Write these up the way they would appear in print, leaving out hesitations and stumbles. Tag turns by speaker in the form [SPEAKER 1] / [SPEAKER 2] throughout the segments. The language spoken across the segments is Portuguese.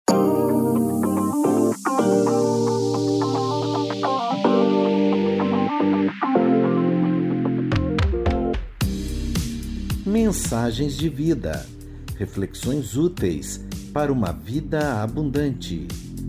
[SPEAKER 1] Mensagens de vida, reflexões úteis para uma vida abundante.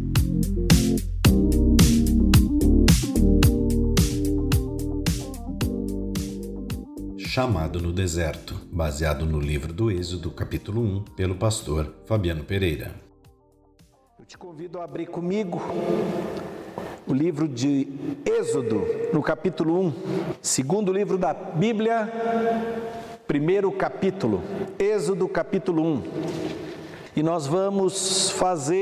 [SPEAKER 1] Chamado no deserto, baseado no livro do Êxodo, capítulo 1, pelo pastor Fabiano Pereira.
[SPEAKER 2] Eu te convido a abrir comigo o livro de Êxodo, no capítulo 1, segundo livro da Bíblia, primeiro capítulo, Êxodo capítulo 1. E nós vamos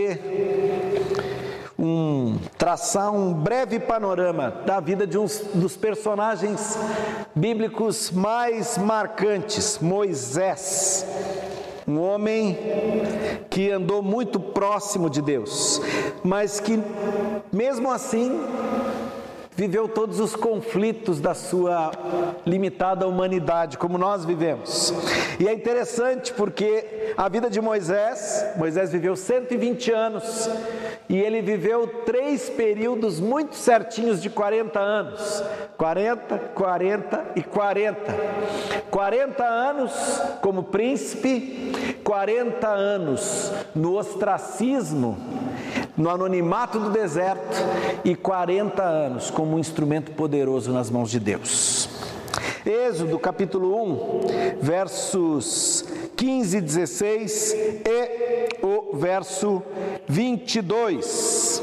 [SPEAKER 2] traçar um breve panorama da vida de um dos personagens bíblicos mais marcantes, Moisés. Um homem que andou muito próximo de Deus, mas que mesmo assim viveu todos os conflitos da sua limitada humanidade, como nós vivemos. E é interessante porque a vida de Moisés viveu 120 anos, e ele viveu 3 períodos muito certinhos de 40 anos. 40, 40 e 40. 40 anos como príncipe, 40 anos no ostracismo, no anonimato do deserto, e 40 anos como um instrumento poderoso nas mãos de Deus. Êxodo capítulo 1, versos 15 e 16 e o verso 22.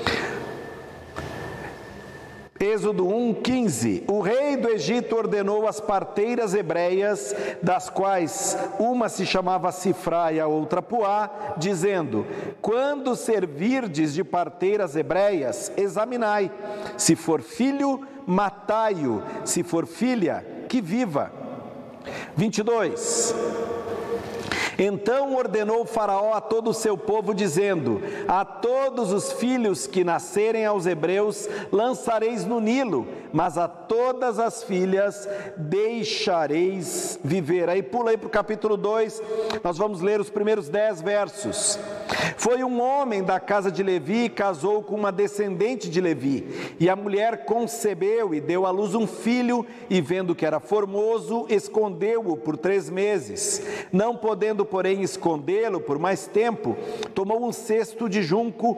[SPEAKER 2] Êxodo 1:15. O rei do Egito ordenou as parteiras hebreias, das quais uma se chamava Sifrá e a outra Puá, dizendo: quando servirdes de parteiras hebreias, examinai, se for filho, matai-o, se for filha, que viva. 22. Então ordenou Faraó a todo o seu povo, dizendo: a todos os filhos que nascerem aos hebreus lançareis no Nilo, mas a todas as filhas deixareis viver. Aí pula aí para o capítulo 2, nós vamos ler os primeiros 10 versos. Foi um homem da casa de Levi e casou com uma descendente de Levi, e a mulher concebeu e deu à luz um filho, e vendo que era formoso, escondeu-o por 3 meses. Não podendo, porém, escondê-lo por mais tempo, tomou um cesto de junco,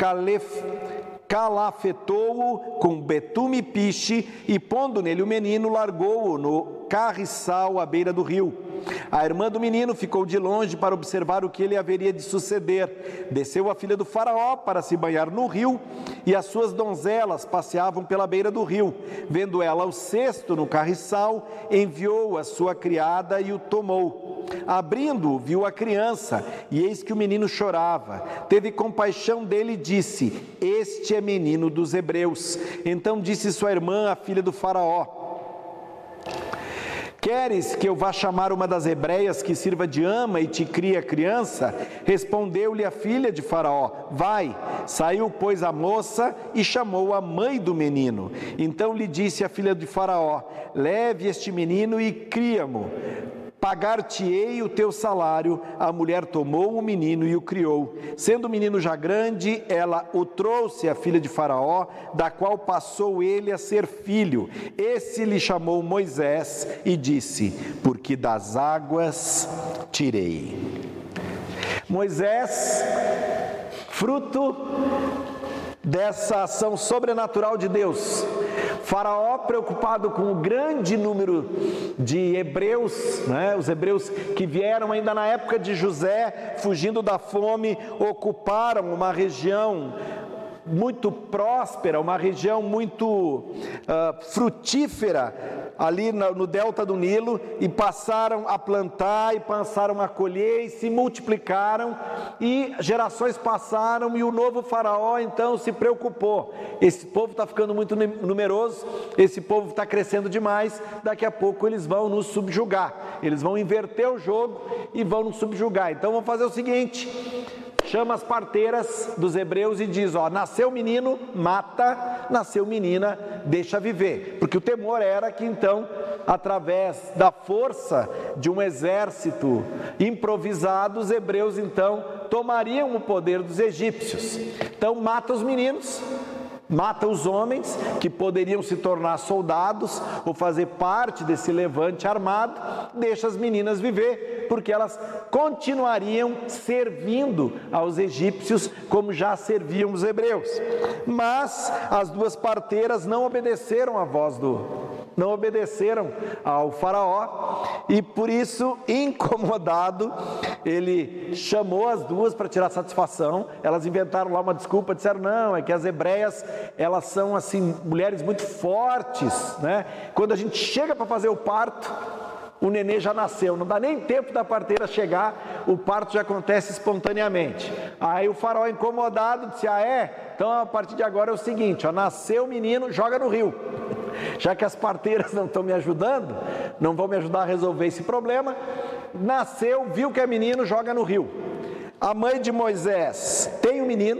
[SPEAKER 2] calafetou-o com betume e piche, e pondo nele o menino, largou-o no carriçal à beira do rio. A irmã do menino ficou de longe para observar o que ele haveria de suceder. Desceu a filha do faraó para se banhar no rio, e as suas donzelas passeavam pela beira do rio. Vendo ela o cesto no carriçal, enviou a sua criada e o tomou. Abrindo-o, viu a criança, e eis que o menino chorava. Teve compaixão dele e disse: este é menino dos hebreus. Então disse sua irmã, a filha do faraó: queres que eu vá chamar uma das hebreias que sirva de ama e te crie a criança? Respondeu-lhe a filha de Faraó: vai. Saiu, pois, a moça e chamou a mãe do menino. Então lhe disse a filha de Faraó: leve este menino e cria-mo. Pagar-te-ei o teu salário. A mulher tomou o menino e o criou. Sendo o menino já grande, ela o trouxe à filha de Faraó, da qual passou ele a ser filho. Esse lhe chamou Moisés e disse: porque das águas tirei. Moisés, fruto dessa ação sobrenatural de Deus. Faraó, preocupado com o grande número de hebreus, os hebreus que vieram ainda na época de José, fugindo da fome, ocuparam uma região muito próspera, uma região muito frutífera ali no delta do Nilo, e passaram a plantar e passaram a colher e se multiplicaram, e gerações passaram, e o novo faraó então se preocupou: esse povo está ficando muito numeroso, esse povo está crescendo demais, daqui a pouco eles vão nos subjugar, eles vão inverter o jogo e vão nos subjugar. Então vamos fazer o seguinte: chama as parteiras dos hebreus e diz: nasceu menino, mata, nasceu menina, deixa viver. Porque o temor era que então, através da força de um exército improvisado, os hebreus então tomariam o poder dos egípcios. Então mata os meninos, mata os homens que poderiam se tornar soldados ou fazer parte desse levante armado, deixa as meninas viver, porque elas continuariam servindo aos egípcios como já serviam os hebreus. Mas as duas parteiras não obedeceram não obedeceram ao faraó, e por isso, incomodado, ele chamou as duas para tirar satisfação. Elas inventaram lá uma desculpa, disseram: não, é que as hebreias, elas são assim, mulheres muito fortes, né? Quando a gente chega para fazer o parto, o nenê já nasceu, não dá nem tempo da parteira chegar, o parto já acontece espontaneamente. Aí o faraó, incomodado, disse: ah, é? Então a partir de agora é o seguinte, ó, nasceu o menino, joga no rio. Já que as parteiras não estão me ajudando, não vão me ajudar a resolver esse problema, nasceu, viu que é menino, joga no rio. A mãe de Moisés tem um menino,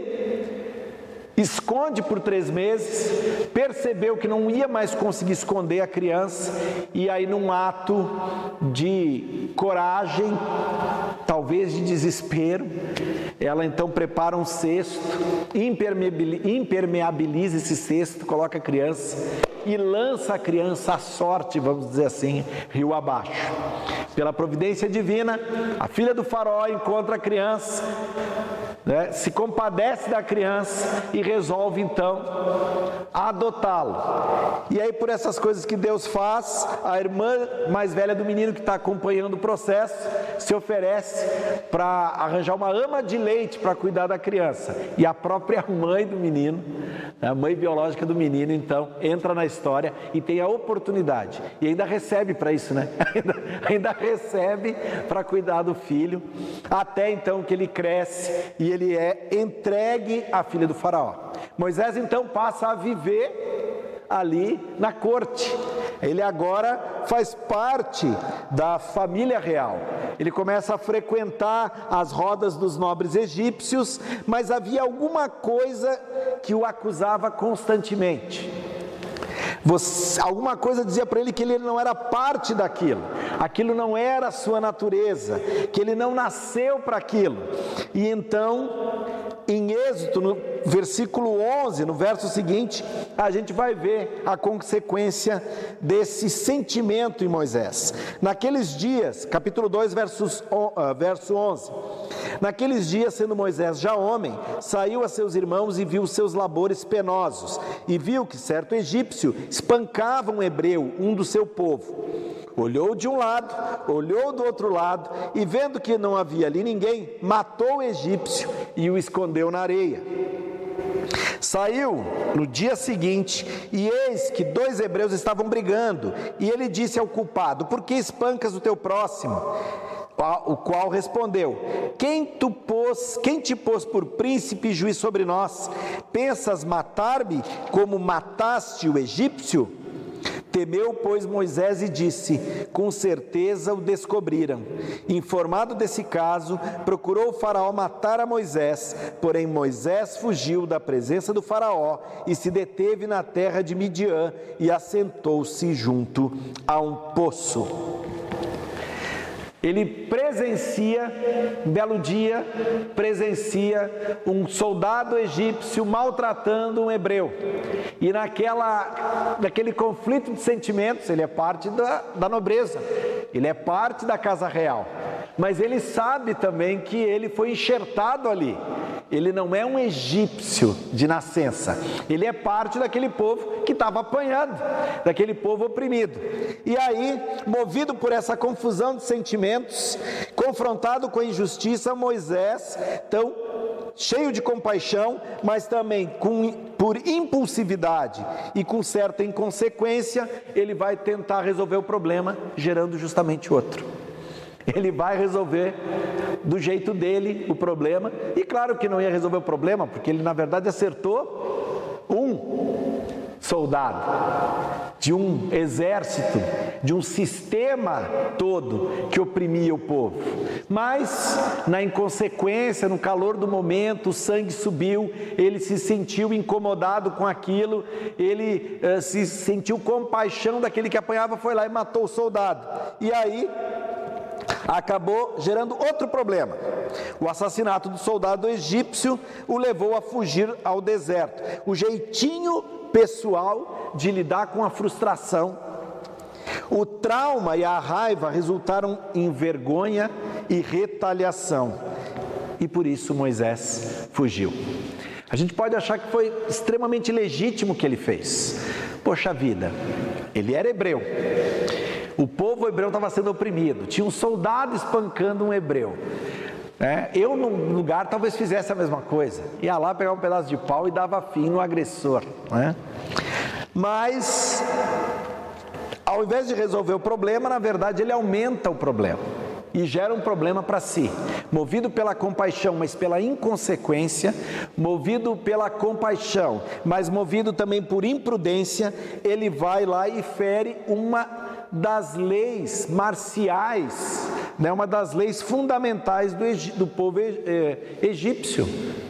[SPEAKER 2] esconde por 3 meses, percebeu que não ia mais conseguir esconder a criança, e aí num ato de coragem, talvez de desespero, ela então prepara um cesto, impermeabiliza esse cesto, coloca a criança e lança a criança à sorte, vamos dizer assim, rio abaixo. Pela providência divina, a filha do faraó encontra a criança, né, se compadece da criança e resolve então adotá-lo. E aí, por essas coisas que Deus faz, a irmã mais velha do menino, que está acompanhando o processo, se oferece para arranjar uma ama de leite para cuidar da criança. E a própria mãe do menino, a mãe biológica do menino, então entra na história e tem a oportunidade, e ainda recebe para isso, né? ainda recebe para cuidar do filho, até então que ele cresce e ele é entregue à filha do faraó. Moisés então passa a viver ali na corte. Ele agora faz parte da família real. Ele começa a frequentar as rodas dos nobres egípcios, mas havia alguma coisa que o acusava constantemente. Alguma coisa dizia para ele que ele não era parte daquilo, aquilo não era a sua natureza, que ele não nasceu para aquilo. E então, em Êxodo, no versículo 11, no verso seguinte, a gente vai ver a consequência desse sentimento em Moisés. Naqueles dias, capítulo 2, verso 11, naqueles dias, sendo Moisés já homem, saiu a seus irmãos e viu seus labores penosos, e viu que certo egípcio espancava um hebreu, um do seu povo. Olhou de um lado, olhou do outro lado, e vendo que não havia ali ninguém, matou o egípcio e o escondeu na areia. Saiu no dia seguinte, e eis que 2 hebreus estavam brigando, e ele disse ao culpado: por que espancas o teu próximo? O qual respondeu: quem te pôs por príncipe e juiz sobre nós? Pensas matar-me como mataste o egípcio? Temeu, pois, Moisés e disse: com certeza o descobriram. Informado desse caso, procurou o faraó matar a Moisés, porém Moisés fugiu da presença do faraó e se deteve na terra de Midian e assentou-se junto a um poço. Ele presencia, um belo dia, um soldado egípcio maltratando um hebreu. E naquele conflito de sentimentos, ele é parte da nobreza, ele é parte da casa real. Mas ele sabe também que ele foi enxertado ali. Ele não é um egípcio de nascença, ele é parte daquele povo que estava apanhando, daquele povo oprimido. E aí, movido por essa confusão de sentimentos, confrontado com a injustiça, Moisés, então, cheio de compaixão, mas também por impulsividade e com certa inconsequência, ele vai tentar resolver o problema, gerando justamente outro. Ele vai resolver do jeito dele o problema, e claro que não ia resolver o problema, porque ele na verdade acertou um soldado de um exército, de um sistema todo que oprimia o povo. Mas na inconsequência, no calor do momento, o sangue subiu, ele se sentiu incomodado com aquilo, ele se sentiu compaixão daquele que apanhava, foi lá e matou o soldado. E aí acabou gerando outro problema. O assassinato do soldado egípcio o levou a fugir ao deserto. O jeitinho pessoal de lidar com a frustração, o trauma e a raiva resultaram em vergonha e retaliação. E por isso Moisés fugiu. A gente pode achar que foi extremamente legítimo o que ele fez. Poxa vida, ele era hebreu. O povo hebreu estava sendo oprimido. Tinha um soldado espancando um hebreu. Eu, no lugar, talvez fizesse a mesma coisa. Ia lá, pegava um pedaço de pau e dava fim no agressor. Mas, ao invés de resolver o problema, na verdade, ele aumenta o problema. E gera um problema para si. Movido pela compaixão, mas pela inconsequência, movido pela compaixão, mas movido também por imprudência, ele vai lá e fere uma das leis marciais, uma das leis fundamentais do povo egípcio.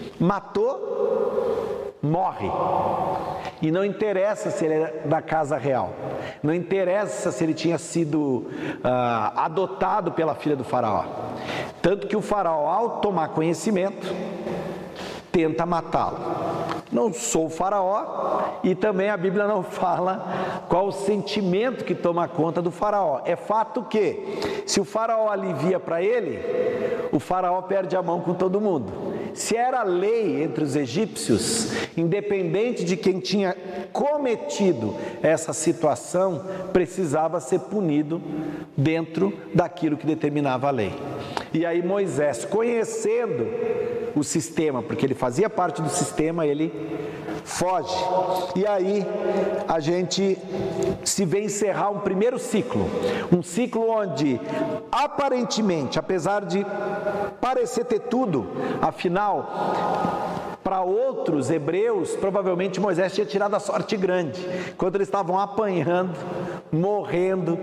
[SPEAKER 2] Matou, morre. E não interessa se ele é da casa real, não interessa se ele tinha sido adotado pela filha do faraó. Tanto que o faraó, ao tomar conhecimento, tenta matá-lo. Não sou o faraó e também a Bíblia não fala qual o sentimento que toma conta do faraó. É fato que, se o faraó alivia para ele, o faraó perde a mão com todo mundo. Se era lei entre os egípcios, independente de quem tinha cometido essa situação, precisava ser punido dentro daquilo que determinava a lei. E aí Moisés, conhecendo o sistema, porque ele fazia parte do sistema, ele foge. E aí a gente se vê encerrar um primeiro ciclo, um ciclo onde aparentemente, apesar de parecer ter tudo, afinal, para outros hebreus, provavelmente Moisés tinha tirado a sorte grande, quando eles estavam apanhando, morrendo,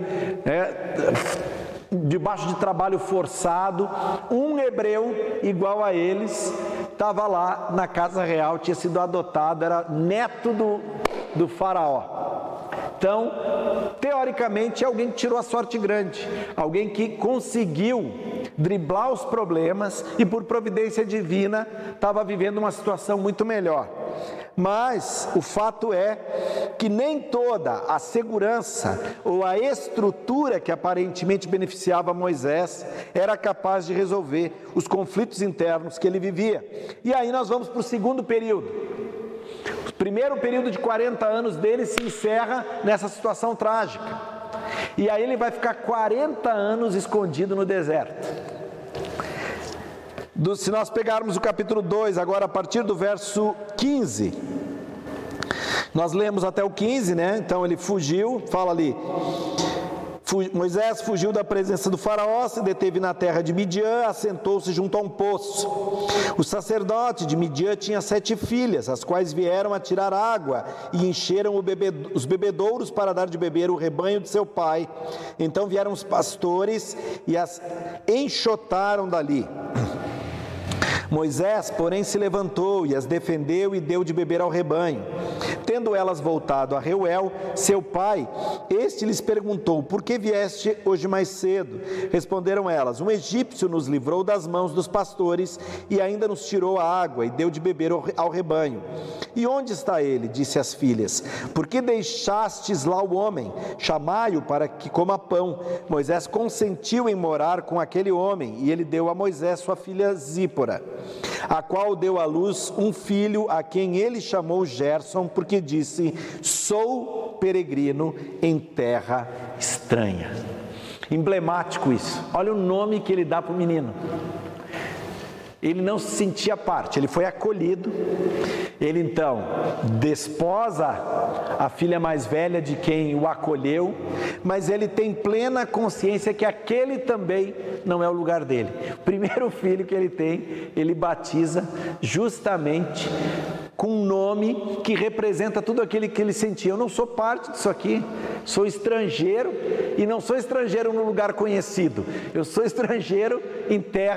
[SPEAKER 2] debaixo de trabalho forçado, um hebreu igual a eles estava lá na casa real, tinha sido adotado, era neto do faraó. Então, teoricamente, alguém que tirou a sorte grande, alguém que conseguiu driblar os problemas e por providência divina estava vivendo uma situação muito melhor. Mas o fato é que nem toda a segurança ou a estrutura que aparentemente beneficiava Moisés era capaz de resolver os conflitos internos que ele vivia. E aí nós vamos para o segundo período. O primeiro período de 40 anos dele se encerra nessa situação trágica. E aí ele vai ficar 40 anos escondido no deserto. Se nós pegarmos o capítulo 2, agora a partir do verso 15, nós lemos até o 15, Então ele fugiu, fala ali, Moisés fugiu da presença do faraó, se deteve na terra de Midian, assentou-se junto a um poço. O sacerdote de Midian tinha 7 filhas, as quais vieram a tirar água e encheram os bebedouros para dar de beber o rebanho de seu pai. Então vieram os pastores e as enxotaram dali. Moisés, porém, se levantou e as defendeu e deu de beber ao rebanho. Tendo elas voltado a Reuel, seu pai, este lhes perguntou: por que vieste hoje mais cedo? Responderam elas: um egípcio nos livrou das mãos dos pastores e ainda nos tirou a água e deu de beber ao rebanho. E onde está ele? Disse às filhas. Por que deixastes lá o homem? Chamai-o para que coma pão. Moisés consentiu em morar com aquele homem e ele deu a Moisés sua filha Zípora, a qual deu à luz um filho, a quem ele chamou Gerson, porque disse: sou peregrino em terra estranha. Emblemático isso. Olha o nome que ele dá para o menino. Ele não se sentia parte, ele foi acolhido. Ele então desposa a filha mais velha de quem o acolheu, mas ele tem plena consciência que aquele também não é o lugar dele. O primeiro filho que ele tem, ele batiza justamente com um nome que representa tudo aquilo que ele sentia. Eu não sou parte disso aqui, sou estrangeiro, e não sou estrangeiro num lugar conhecido, eu sou estrangeiro em terra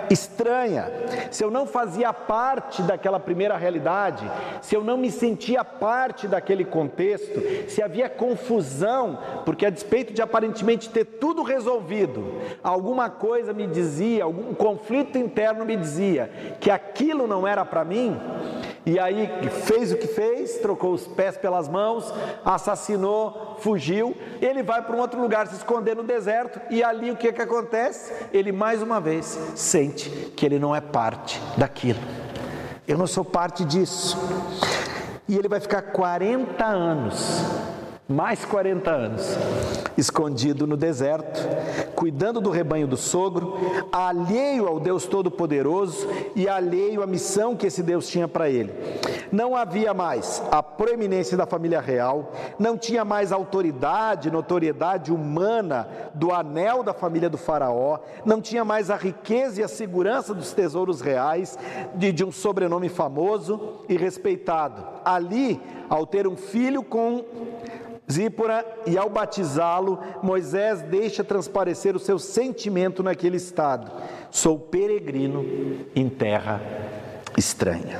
[SPEAKER 2] estranha, se eu não fazia parte daquela primeira realidade, se eu não me sentia parte daquele contexto, se havia confusão, porque a despeito de aparentemente ter tudo resolvido, alguma coisa me dizia, algum conflito interno me dizia que aquilo não era para mim, e aí fez o que fez, trocou os pés pelas mãos, assassinou, fugiu, ele vai para um outro lugar se esconder no deserto, e ali o que acontece? Ele mais uma vez sente que ele não é parte daquilo. Eu não sou parte disso. E ele vai ficar 40 anos, mais 40 anos, escondido no deserto, cuidando do rebanho do sogro, alheio ao Deus Todo-Poderoso e alheio à missão que esse Deus tinha para ele. Não havia mais a proeminência da família real, não tinha mais autoridade, notoriedade humana do anel da família do faraó, não tinha mais a riqueza e a segurança dos tesouros reais, de um sobrenome famoso e respeitado. Ali, ao ter um filho com Zípora e ao batizá-lo, Moisés deixa transparecer o seu sentimento naquele estado: sou peregrino em terra estranha.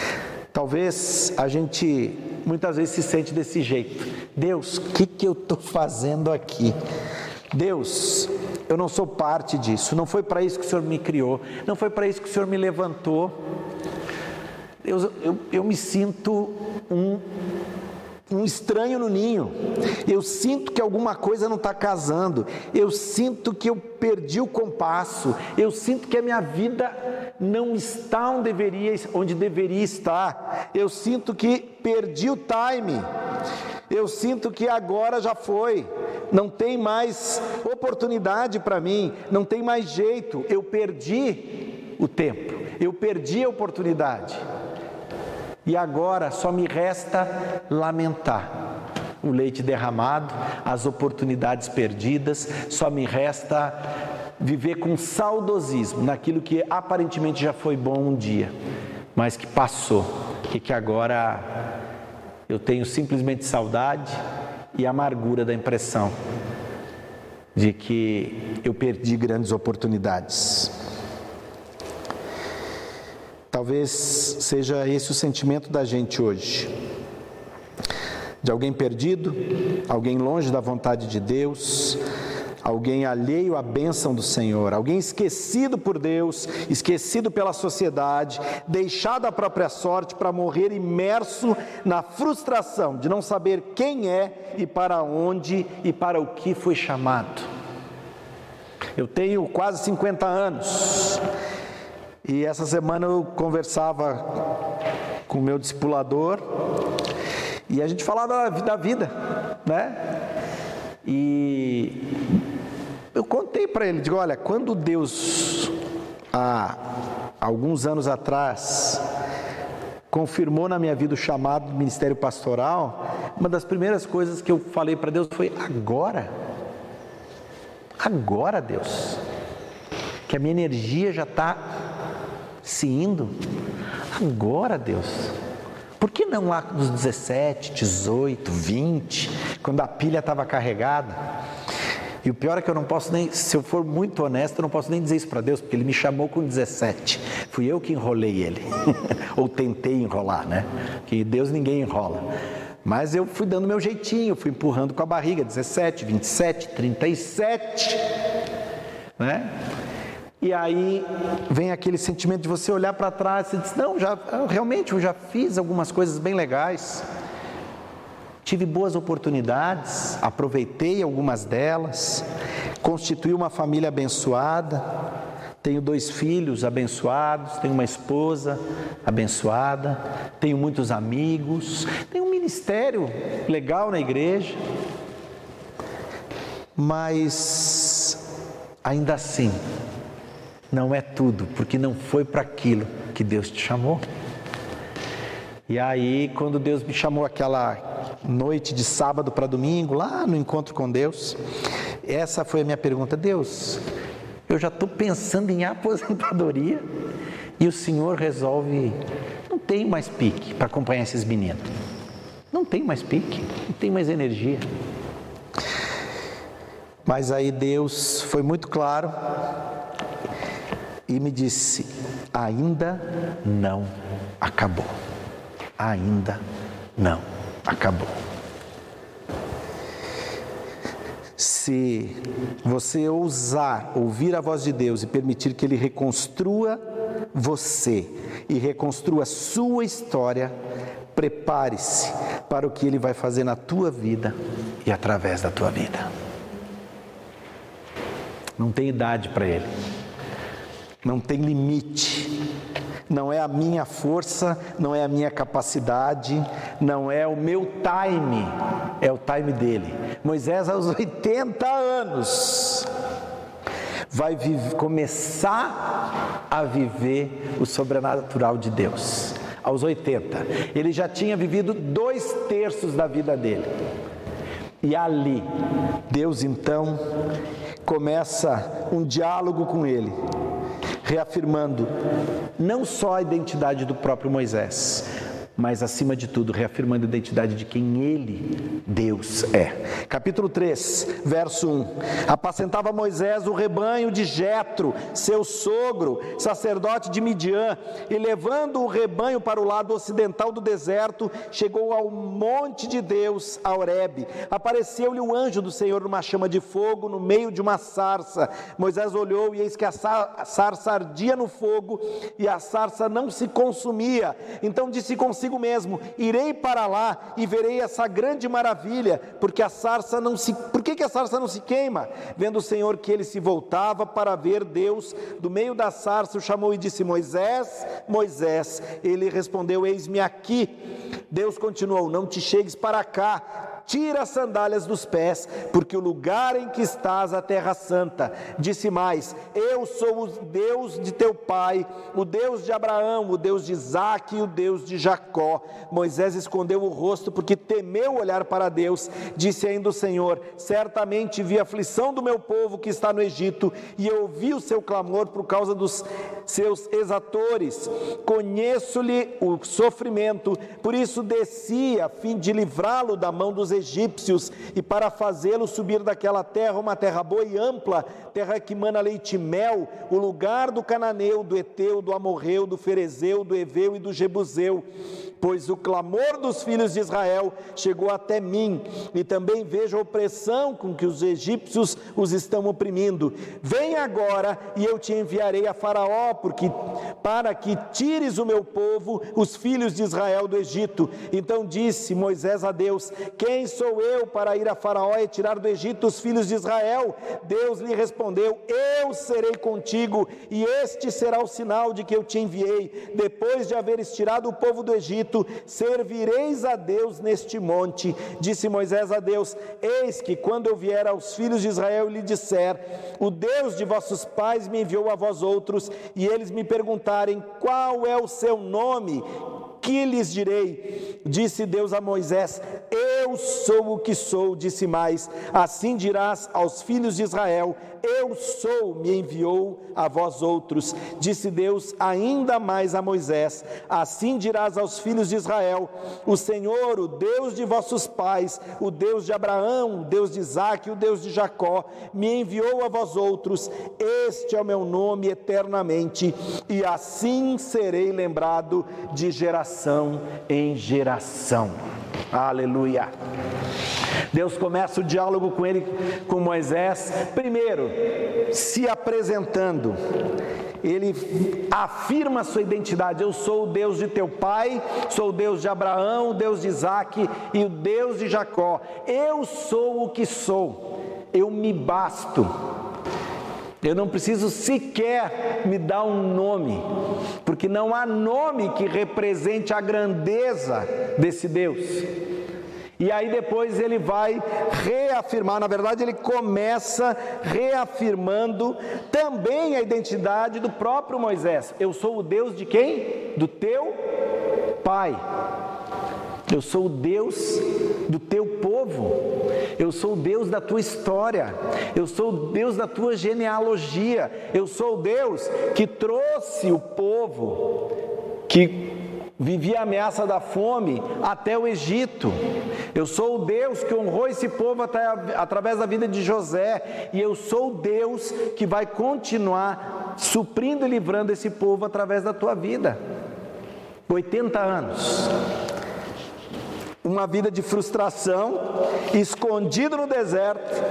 [SPEAKER 2] Talvez a gente muitas vezes se sente desse jeito: Deus, o que eu estou fazendo aqui? Deus, eu não sou parte disso, não foi para isso que o Senhor me criou, não foi para isso que o Senhor me levantou. Deus, eu me sinto um estranho no ninho, eu sinto que alguma coisa não está casando, eu sinto que eu perdi o compasso, eu sinto que a minha vida não está onde deveria estar, eu sinto que perdi o time, eu sinto que agora já foi, não tem mais oportunidade para mim, não tem mais jeito, eu perdi o tempo, eu perdi a oportunidade. E agora só me resta lamentar o leite derramado, as oportunidades perdidas, só me resta viver com saudosismo naquilo que aparentemente já foi bom um dia, mas que passou, e que agora eu tenho simplesmente saudade e amargura da impressão de que eu perdi grandes oportunidades. Talvez seja esse o sentimento da gente hoje, de alguém perdido, alguém longe da vontade de Deus, alguém alheio à bênção do Senhor, alguém esquecido por Deus, esquecido pela sociedade, deixado à própria sorte para morrer imerso na frustração de não saber quem é e para onde e para o que foi chamado. Eu tenho quase 50 anos. E essa semana eu conversava com o meu discipulador e a gente falava da vida, né? E eu contei para ele, digo, olha, quando Deus, há alguns anos atrás, confirmou na minha vida o chamado do ministério pastoral, uma das primeiras coisas que eu falei para Deus foi: agora Deus, que a minha energia já está se indo, agora Deus, por que não lá nos 17, 18, 20, quando a pilha estava carregada? E o pior é que eu não posso nem, se eu for muito honesto, eu não posso nem dizer isso para Deus, porque Ele me chamou com 17, fui eu que enrolei Ele, ou tentei enrolar, né? Que Deus ninguém enrola, mas eu fui dando meu jeitinho, fui empurrando com a barriga, 17, 27, 37, né? E aí vem aquele sentimento de você olhar para trás e dizer: não, realmente eu já fiz algumas coisas bem legais, tive boas oportunidades, aproveitei algumas delas, constituí uma família abençoada, tenho 2 filhos abençoados, tenho uma esposa abençoada, tenho muitos amigos, tenho um ministério legal na igreja, mas ainda assim não é tudo, porque não foi para aquilo que Deus te chamou. E aí, quando Deus me chamou aquela noite de sábado para domingo, lá no encontro com Deus, essa foi a minha pergunta: Deus, eu já estou pensando em aposentadoria e o Senhor resolve, não tenho mais pique para acompanhar esses meninos, não tenho mais pique, não tenho mais energia. Mas aí Deus foi muito claro e me disse: ainda não acabou. Ainda não acabou. Se você ousar ouvir a voz de Deus e permitir que Ele reconstrua você e reconstrua a sua história, prepare-se para o que Ele vai fazer na tua vida e através da tua vida. Não tem idade para Ele, não tem limite, não é a minha força, não é a minha capacidade, não é o meu time, é o time dele. Moisés, aos 80 anos, vai começar a viver o sobrenatural de Deus. Aos 80, ele já tinha vivido 2/3 da vida dele. E ali, Deus então começa um diálogo com ele, reafirmando não só a identidade do próprio Moisés, mas acima de tudo, reafirmando a identidade de quem Ele, Deus, é. Capítulo 3, verso 1. Apacentava Moisés o rebanho de Jetro, seu sogro, sacerdote de Midian, e levando o rebanho para o lado ocidental do deserto, chegou ao monte de Deus, a Horebe. Apareceu-lhe o anjo do Senhor numa chama de fogo, no meio de uma sarça. Moisés olhou e eis que a sarça ardia no fogo, e a sarça não se consumia. Então disse consigo mesmo: irei para lá e verei essa grande maravilha, porque a sarça não se... Por que a sarça não se queima? Vendo o Senhor que ele se voltava para ver Deus, do meio da sarça o chamou e disse: Moisés, Moisés. Ele respondeu: eis-me aqui. Deus continuou: não te chegues para cá, tira as sandálias dos pés, porque o lugar em que estás, a terra santa. Disse mais: eu sou o Deus de teu pai, o Deus de Abraão, o Deus de Isaque e o Deus de Jacó. Moisés escondeu o rosto porque temeu olhar para Deus. Disse ainda o Senhor: certamente vi a aflição do meu povo que está no Egito, e eu ouvi o seu clamor por causa dos seus exatores. Conheço-lhe o sofrimento, por isso desci a fim de livrá-lo da mão dos egípcios, e para fazê-lo subir daquela terra, uma terra boa e ampla, terra que mana leite e mel, o lugar do cananeu, do eteu, do amorreu, do ferezeu, do eveu e do jebuseu. Pois o clamor dos filhos de Israel chegou até mim, e também vejo a opressão com que os egípcios os estão oprimindo. Vem agora e eu te enviarei a Faraó, para que tires o meu povo, os filhos de Israel, do Egito. Então disse Moisés a Deus: quem sou eu para ir a Faraó e tirar do Egito os filhos de Israel? Deus lhe respondeu: eu serei contigo, e este será o sinal de que eu te enviei. Depois de haveres tirado o povo do Egito, servireis a Deus neste monte. Disse Moisés a Deus: eis que quando eu vier aos filhos de Israel e lhe disser: o Deus de vossos pais me enviou a vós outros, e eles me perguntarem: qual é o seu nome? Que lhes direi? Disse Deus a Moisés: eu sou o que sou. Disse mais: assim dirás aos filhos de Israel: eu sou, me enviou a vós outros. Disse Deus ainda mais a Moisés: assim dirás aos filhos de Israel: o Senhor, o Deus de vossos pais, o Deus de Abraão, o Deus de Isaque, o Deus de Jacó, me enviou a vós outros. Este é o meu nome eternamente, e assim serei lembrado de geração em geração. Aleluia. Deus começa o diálogo com ele, com Moisés, primeiro se apresentando. Ele afirma a sua identidade: eu sou o Deus de teu pai, sou o Deus de Abraão, o Deus de Isaque e o Deus de Jacó. Eu sou o que sou, eu me basto. Eu não preciso sequer me dar um nome, porque não há nome que represente a grandeza desse Deus. E aí depois ele vai reafirmar, na verdade ele começa reafirmando também a identidade do próprio Moisés. Eu sou o Deus de quem? Do teu pai. Eu sou o Deus do teu povo, eu sou o Deus da tua história, eu sou o Deus da tua genealogia, eu sou o Deus que trouxe o povo que vivia a ameaça da fome até o Egito. Eu sou o Deus que honrou esse povo através da vida de José, e eu sou o Deus que vai continuar suprindo e livrando esse povo através da tua vida. 80 anos. Uma vida de frustração, escondido no deserto,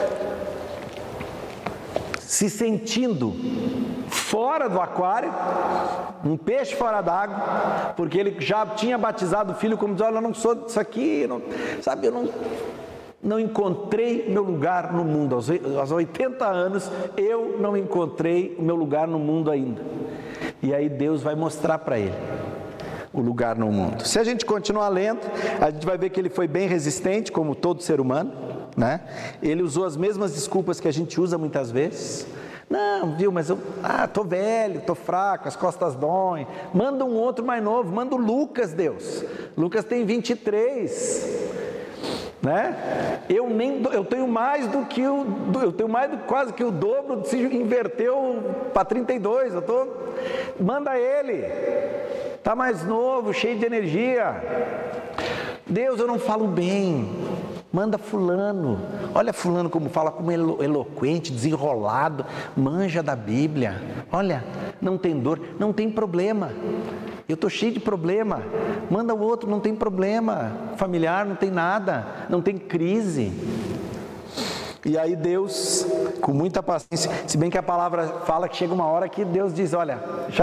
[SPEAKER 2] se sentindo fora do aquário, um peixe fora d'água, porque ele já tinha batizado o filho como diz, olha, eu não sou disso aqui, eu não encontrei meu lugar no mundo. Aos 80 anos, eu não encontrei o meu lugar no mundo ainda. E aí Deus vai mostrar para ele o lugar no mundo. Se a gente continuar lendo, a gente vai ver que ele foi bem resistente, como todo ser humano, né? Ele usou as mesmas desculpas que a gente usa muitas vezes. Não, viu, mas eu tô velho, tô fraco, as costas doem. Manda um outro mais novo, manda o Lucas, Deus. Lucas tem 23, né? Eu tenho mais do que quase que o dobro, se inverteu para 32. Manda ele. Tá mais novo, cheio de energia. Deus, eu não falo bem. Manda fulano. Olha fulano como fala, como eloquente, desenrolado, manja da Bíblia. Olha, não tem dor, não tem problema. Eu estou cheio de problema. Manda o outro, não tem problema. Familiar, não tem nada, não tem crise. E aí Deus, com muita paciência, se bem que a palavra fala que chega uma hora que Deus diz, olha,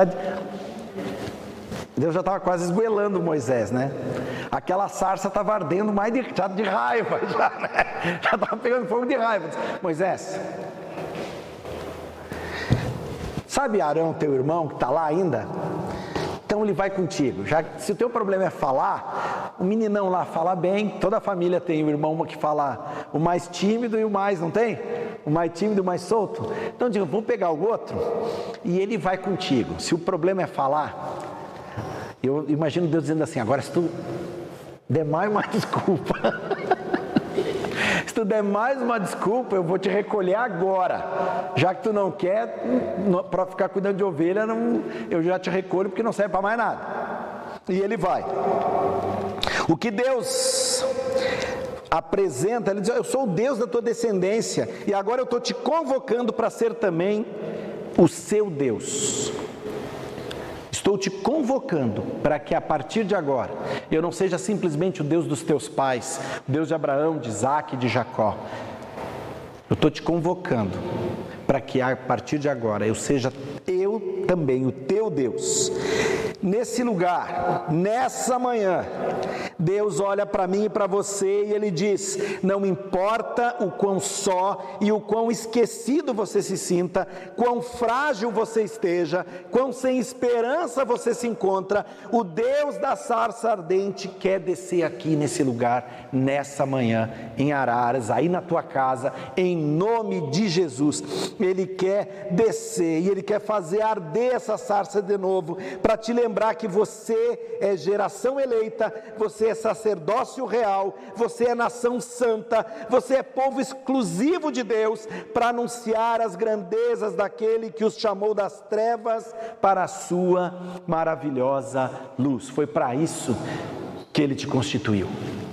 [SPEAKER 2] Deus já estava quase esgoelando Moisés, né? Aquela sarça estava ardendo mais de raiva, né? Já estava pegando fogo de raiva. Moisés, sabe Arão, teu irmão, que está lá ainda? Então ele vai contigo. Se o teu problema é falar, o meninão lá fala bem, toda a família tem o irmão que fala o mais tímido e o mais, não tem? O mais tímido e o mais solto. Então digo, vamos pegar o outro e ele vai contigo. Se o problema é falar, eu imagino Deus dizendo assim, agora se tu der mais uma desculpa, se tu der mais uma desculpa, eu vou te recolher agora. Já que tu não quer, para ficar cuidando de ovelha, eu já te recolho porque não serve para mais nada. E ele vai. O que Deus apresenta, ele diz, eu sou o Deus da tua descendência, e agora eu estou te convocando para ser também o seu Deus. Estou te convocando para que a partir de agora, eu não seja simplesmente o Deus dos teus pais, o Deus de Abraão, de Isaac e de Jacó. Eu estou te convocando para que a partir de agora eu seja eu também o teu Deus. Nesse lugar, nessa manhã, Deus olha para mim e para você e Ele diz, não importa o quão só e o quão esquecido você se sinta, quão frágil você esteja, quão sem esperança você se encontra, o Deus da sarça ardente quer descer aqui nesse lugar, nessa manhã, em Araras, aí na tua casa, em nome de Jesus. Ele quer descer e Ele quer fazer arder essa sarça de novo, para te lembrar que você é geração eleita, você é sacerdócio real, você é nação santa, você é povo exclusivo de Deus, para anunciar as grandezas daquele que os chamou das trevas para a sua maravilhosa luz. Foi para isso que Ele te constituiu.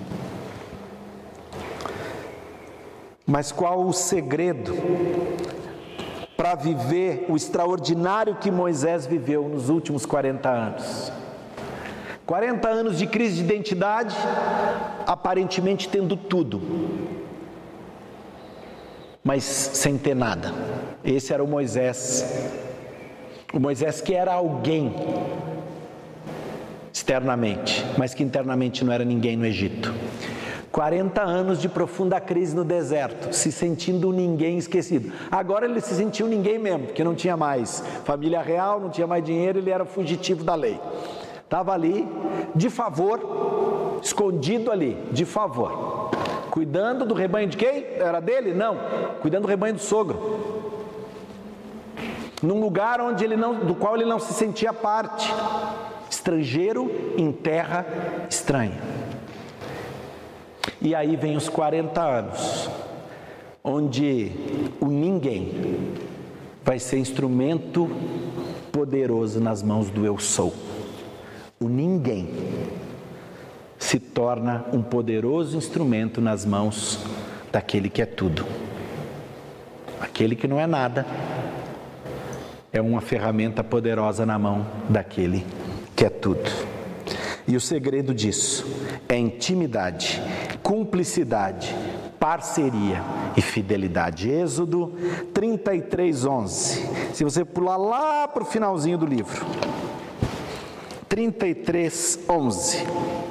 [SPEAKER 2] Mas qual o segredo para viver o extraordinário que Moisés viveu nos últimos 40 anos? 40 anos de crise de identidade, aparentemente tendo tudo, mas sem ter nada. Esse era o Moisés que era alguém externamente, mas que internamente não era ninguém no Egito. 40 anos de profunda crise no deserto, se sentindo um ninguém esquecido. Agora ele se sentiu ninguém mesmo, porque não tinha mais família real, não tinha mais dinheiro, ele era fugitivo da lei. Estava ali, de favor, escondido ali, de favor. Cuidando do rebanho de quem? Era dele? Não. Cuidando do rebanho do sogro. Num lugar do qual ele não se sentia parte. Estrangeiro em terra estranha. E aí vem os 40 anos, onde o ninguém vai ser instrumento poderoso nas mãos do eu sou. O ninguém se torna um poderoso instrumento nas mãos daquele que é tudo. Aquele que não é nada, é uma ferramenta poderosa na mão daquele que é tudo. E o segredo disso é intimidade, cumplicidade, parceria e fidelidade. Êxodo 33:11. Se você pular lá para o finalzinho do livro, 33:11.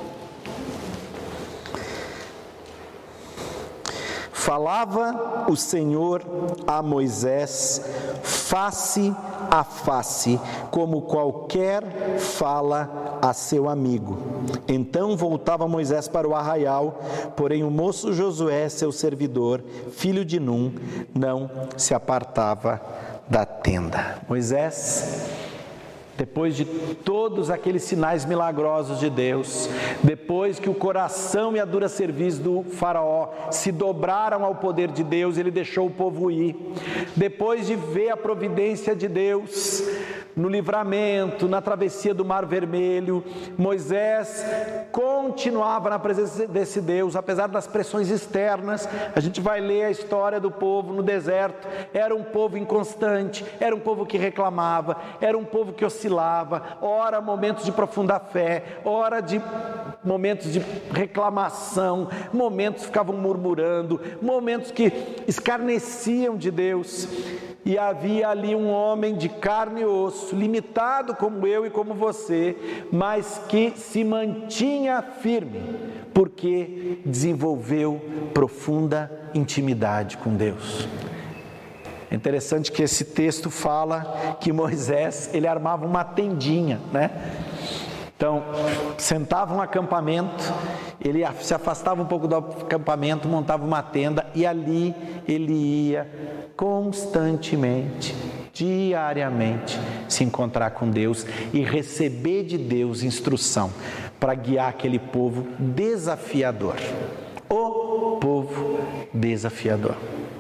[SPEAKER 2] Falava o Senhor a Moisés face a face, como qualquer fala a seu amigo. Então voltava Moisés para o arraial, porém o moço Josué, seu servidor, filho de Num, não se apartava da tenda. Moisés, depois de todos aqueles sinais milagrosos de Deus, depois que o coração e a dura cerviz do faraó se dobraram ao poder de Deus, ele deixou o povo ir. Depois de ver a providência de Deus no livramento, na travessia do Mar Vermelho, Moisés continuava na presença desse Deus, apesar das pressões externas. A gente vai ler a história do povo no deserto. Era um povo inconstante, era um povo que reclamava, era um povo que oscilava, ora momentos de profunda fé, ora de momentos de reclamação, momentos que ficavam murmurando, momentos que escarneciam de Deus. E havia ali um homem de carne e osso, limitado como eu e como você, mas que se mantinha firme, porque desenvolveu profunda intimidade com Deus. É interessante que esse texto fala que Moisés, ele armava uma tendinha, né? Então, sentava um acampamento, ele se afastava um pouco do acampamento, montava uma tenda e ali ele ia constantemente, diariamente, se encontrar com Deus e receber de Deus instrução para guiar aquele povo desafiador. O povo desafiador.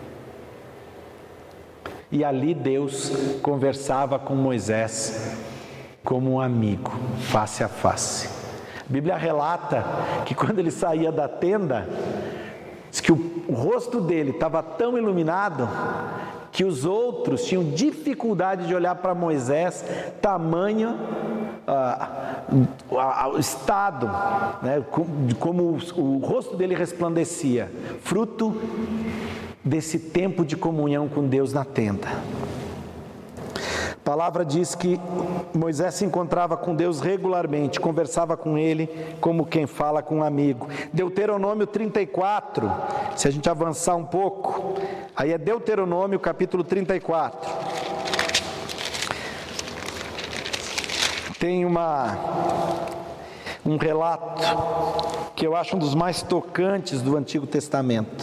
[SPEAKER 2] E ali Deus conversava com Moisés como um amigo, face a face. A Bíblia relata que quando ele saía da tenda, diz que o rosto dele estava tão iluminado que os outros tinham dificuldade de olhar para Moisés, tamanho o estado, né, como o rosto dele resplandecia, fruto desse tempo de comunhão com Deus na tenda. A palavra diz que Moisés se encontrava com Deus regularmente, conversava com ele como quem fala com um amigo. Deuteronômio 34, se a gente avançar um pouco, aí é Deuteronômio capítulo 34. Tem um relato que eu acho um dos mais tocantes do Antigo Testamento,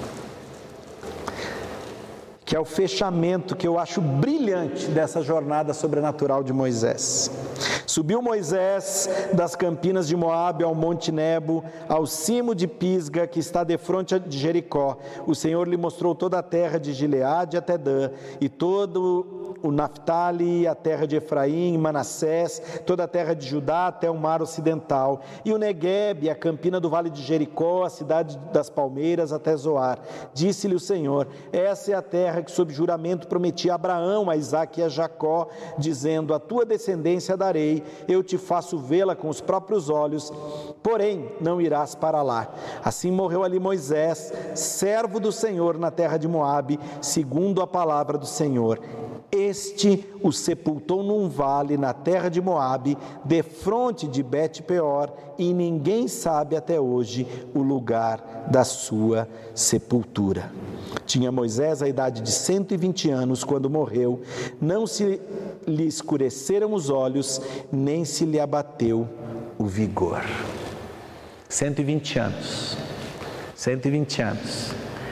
[SPEAKER 2] que é o fechamento que eu acho brilhante dessa jornada sobrenatural de Moisés. Subiu Moisés das campinas de Moabe ao Monte Nebo, ao cimo de Pisga, que está defronte de Jericó. O Senhor lhe mostrou toda a terra de Gileade até Dan, e todo o Naftali, a terra de Efraim e Manassés, toda a terra de Judá até o mar ocidental, e o Neguebe, a campina do vale de Jericó, a cidade das palmeiras até Zoar. Disse-lhe o Senhor: essa é a terra que sob juramento prometi a Abraão, a Isaque e a Jacó, dizendo: a tua descendência darei, eu te faço vê-la com os próprios olhos, porém não irás para lá. Assim morreu ali Moisés, servo do Senhor na terra de Moabe, segundo a palavra do Senhor. Este o sepultou num vale na terra de Moabe, defronte de Bet-peor, e ninguém sabe até hoje o lugar da sua sepultura. Tinha Moisés a idade de 120 anos quando morreu, não se lhe escureceram os olhos, nem se lhe abateu o vigor. 120 anos. 120 anos.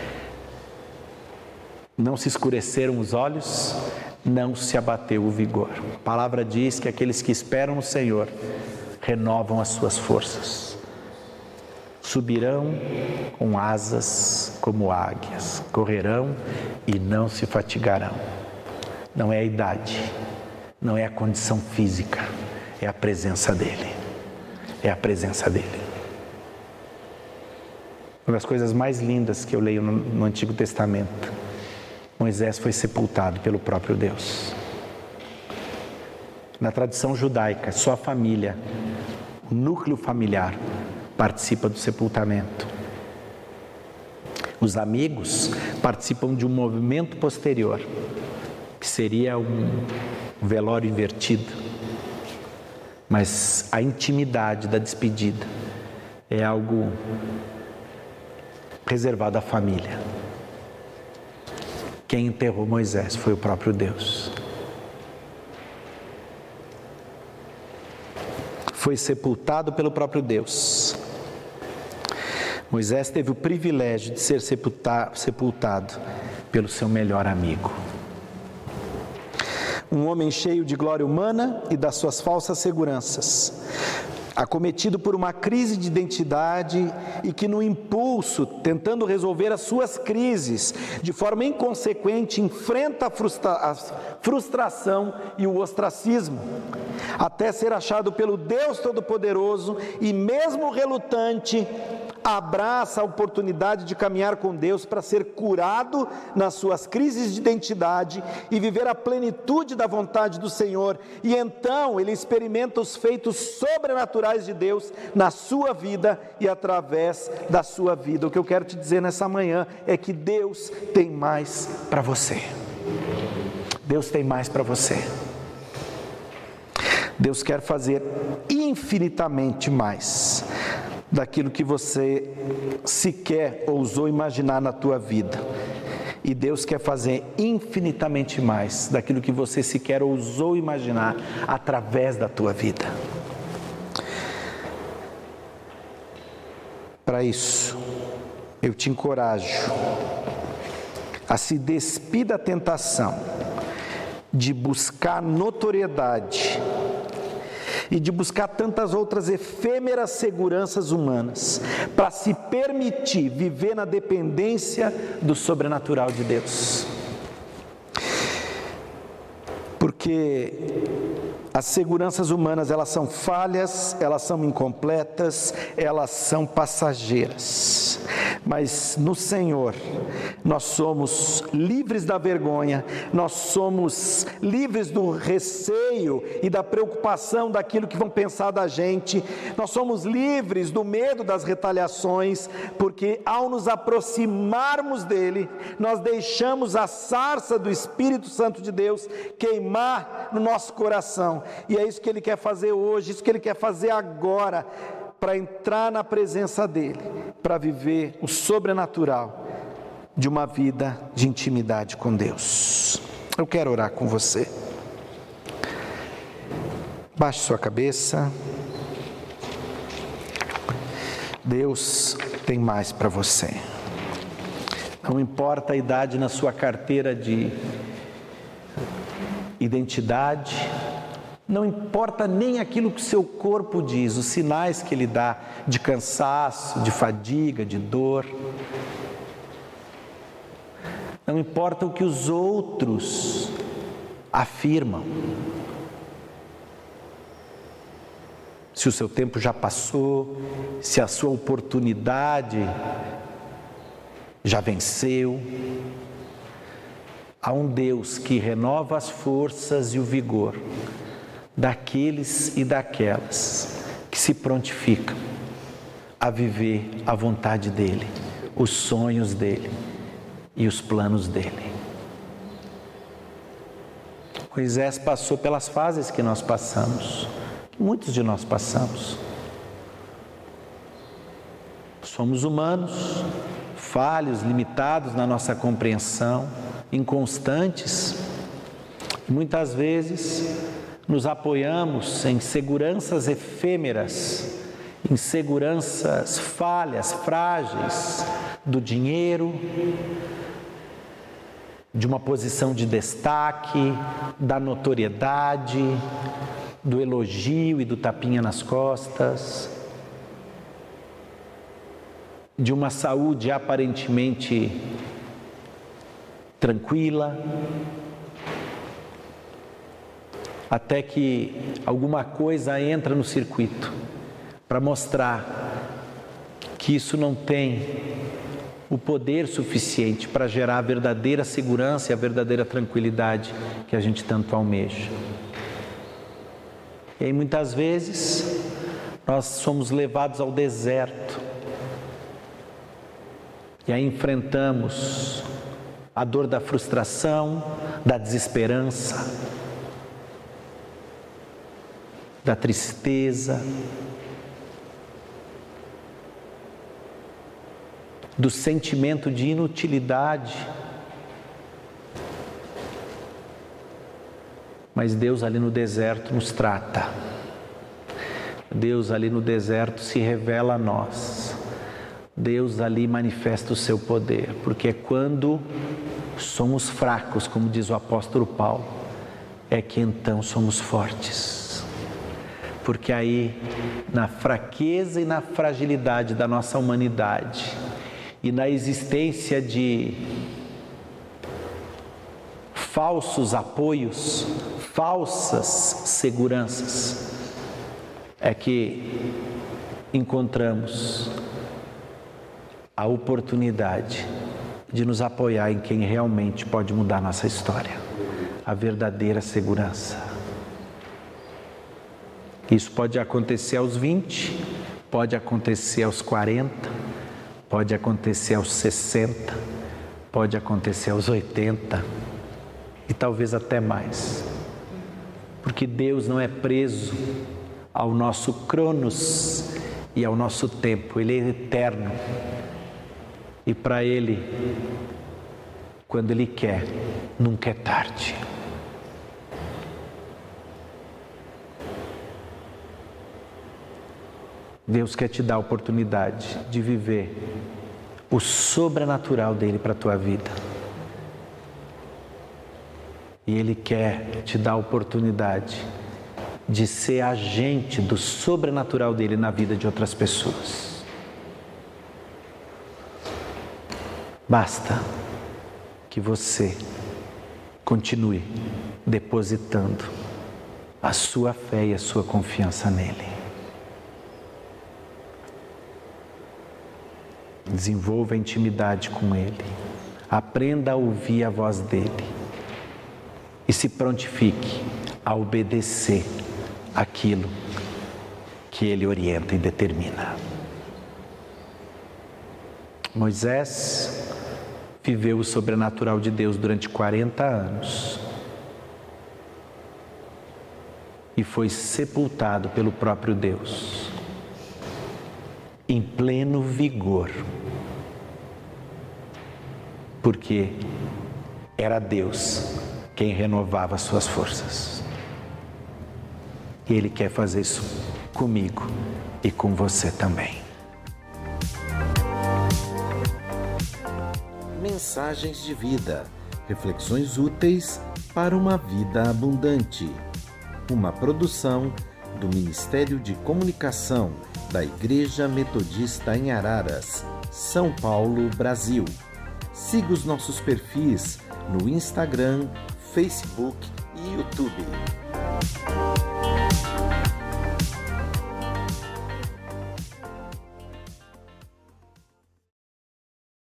[SPEAKER 2] Não se escureceram os olhos, não se abateu o vigor. A palavra diz que aqueles que esperam no Senhor renovam as suas forças. Subirão com asas como águias, correrão e não se fatigarão. Não é a idade, não é a condição física, é a presença dEle. É a presença dEle. Uma das coisas mais lindas que eu leio no Antigo Testamento: Moisés foi sepultado pelo próprio Deus. Na tradição judaica, só a família, o núcleo familiar, participa do sepultamento. Os amigos participam de um movimento posterior, que seria um velório invertido. Mas a intimidade da despedida é algo reservado à família. Quem enterrou Moisés foi o próprio Deus. Foi sepultado pelo próprio Deus. Moisés teve o privilégio de ser sepultado pelo seu melhor amigo. Um homem cheio de glória humana e das suas falsas seguranças, acometido por uma crise de identidade e que no impulso, tentando resolver as suas crises, de forma inconsequente, enfrenta a frustração e o ostracismo, até ser achado pelo Deus Todo-Poderoso e mesmo relutante, abraça a oportunidade de caminhar com Deus para ser curado nas suas crises de identidade e viver a plenitude da vontade do Senhor. E então ele experimenta os feitos sobrenaturais de Deus na sua vida e através da sua vida. O que eu quero te dizer nessa manhã é que Deus tem mais para você. Deus tem mais para você. Deus quer fazer infinitamente mais daquilo que você sequer ousou imaginar na tua vida. E Deus quer fazer infinitamente mais daquilo que você sequer ousou imaginar através da tua vida. Para isso, eu te encorajo a se despir da tentação de buscar notoriedade e de buscar tantas outras efêmeras seguranças humanas, para se permitir viver na dependência do sobrenatural de Deus. Porque as seguranças humanas, elas são falhas, elas são incompletas, elas são passageiras. Mas no Senhor, nós somos livres da vergonha, nós somos livres do receio e da preocupação daquilo que vão pensar da gente, nós somos livres do medo das retaliações, porque ao nos aproximarmos dEle, nós deixamos a sarça do Espírito Santo de Deus queimar no nosso coração. E é isso que Ele quer fazer hoje, isso que Ele quer fazer agora, para entrar na presença dEle, para viver o sobrenatural de uma vida de intimidade com Deus. Eu quero orar com você. Baixe sua cabeça. Deus tem mais para você. Não importa a idade na sua carteira de identidade, não importa nem aquilo que o seu corpo diz, os sinais que ele dá de cansaço, de fadiga, de dor. Não importa o que os outros afirmam. Se o seu tempo já passou, se a sua oportunidade já venceu. Há um Deus que renova as forças e o vigor daqueles e daquelas que se prontificam a viver a vontade dEle, os sonhos dEle e os planos dEle. Moisés passou pelas fases que nós passamos, que muitos de nós passamos. Somos humanos, falhos, limitados na nossa compreensão, inconstantes, e muitas vezes nos apoiamos em seguranças efêmeras, em seguranças falhas, frágeis, do dinheiro, de uma posição de destaque, da notoriedade, do elogio e do tapinha nas costas, de uma saúde aparentemente tranquila, até que alguma coisa entra no circuito para mostrar que isso não tem o poder suficiente para gerar a verdadeira segurança e a verdadeira tranquilidade que a gente tanto almeja. E aí muitas vezes nós somos levados ao deserto. E aí enfrentamos a dor da frustração, da desesperança, da tristeza, do sentimento de inutilidade. Mas Deus ali no deserto nos trata. Deus ali no deserto se revela a nós. Deus ali manifesta o seu poder, porque é quando somos fracos, como diz o apóstolo Paulo, é que então somos fortes. Porque aí, na fraqueza e na fragilidade da nossa humanidade, e na existência de falsos apoios, falsas seguranças, é que encontramos a oportunidade de nos apoiar em quem realmente pode mudar nossa história, a verdadeira segurança. Isso pode acontecer aos 20, pode acontecer aos 40, pode acontecer aos 60, pode acontecer aos 80 e talvez até mais. Porque Deus não é preso ao nosso cronos e ao nosso tempo, Ele é eterno. E para Ele, quando Ele quer, nunca é tarde. Deus quer te dar a oportunidade de viver o sobrenatural dEle para a tua vida. E Ele quer te dar a oportunidade de ser agente do sobrenatural dEle na vida de outras pessoas. Basta que você continue depositando a sua fé e a sua confiança nele. Desenvolva a intimidade com Ele, aprenda a ouvir a voz dEle e se prontifique a obedecer aquilo que Ele orienta e determina. Moisés viveu o sobrenatural de Deus durante 40 anos e foi sepultado pelo próprio Deus, em pleno vigor, porque era Deus quem renovava as suas forças. E Ele quer fazer isso comigo e com você também.
[SPEAKER 1] Mensagens de vida, reflexões úteis para uma vida abundante. Uma produção do Ministério de Comunicação da Igreja Metodista em Araras, São Paulo, Brasil. Siga os nossos perfis no Instagram, Facebook e YouTube.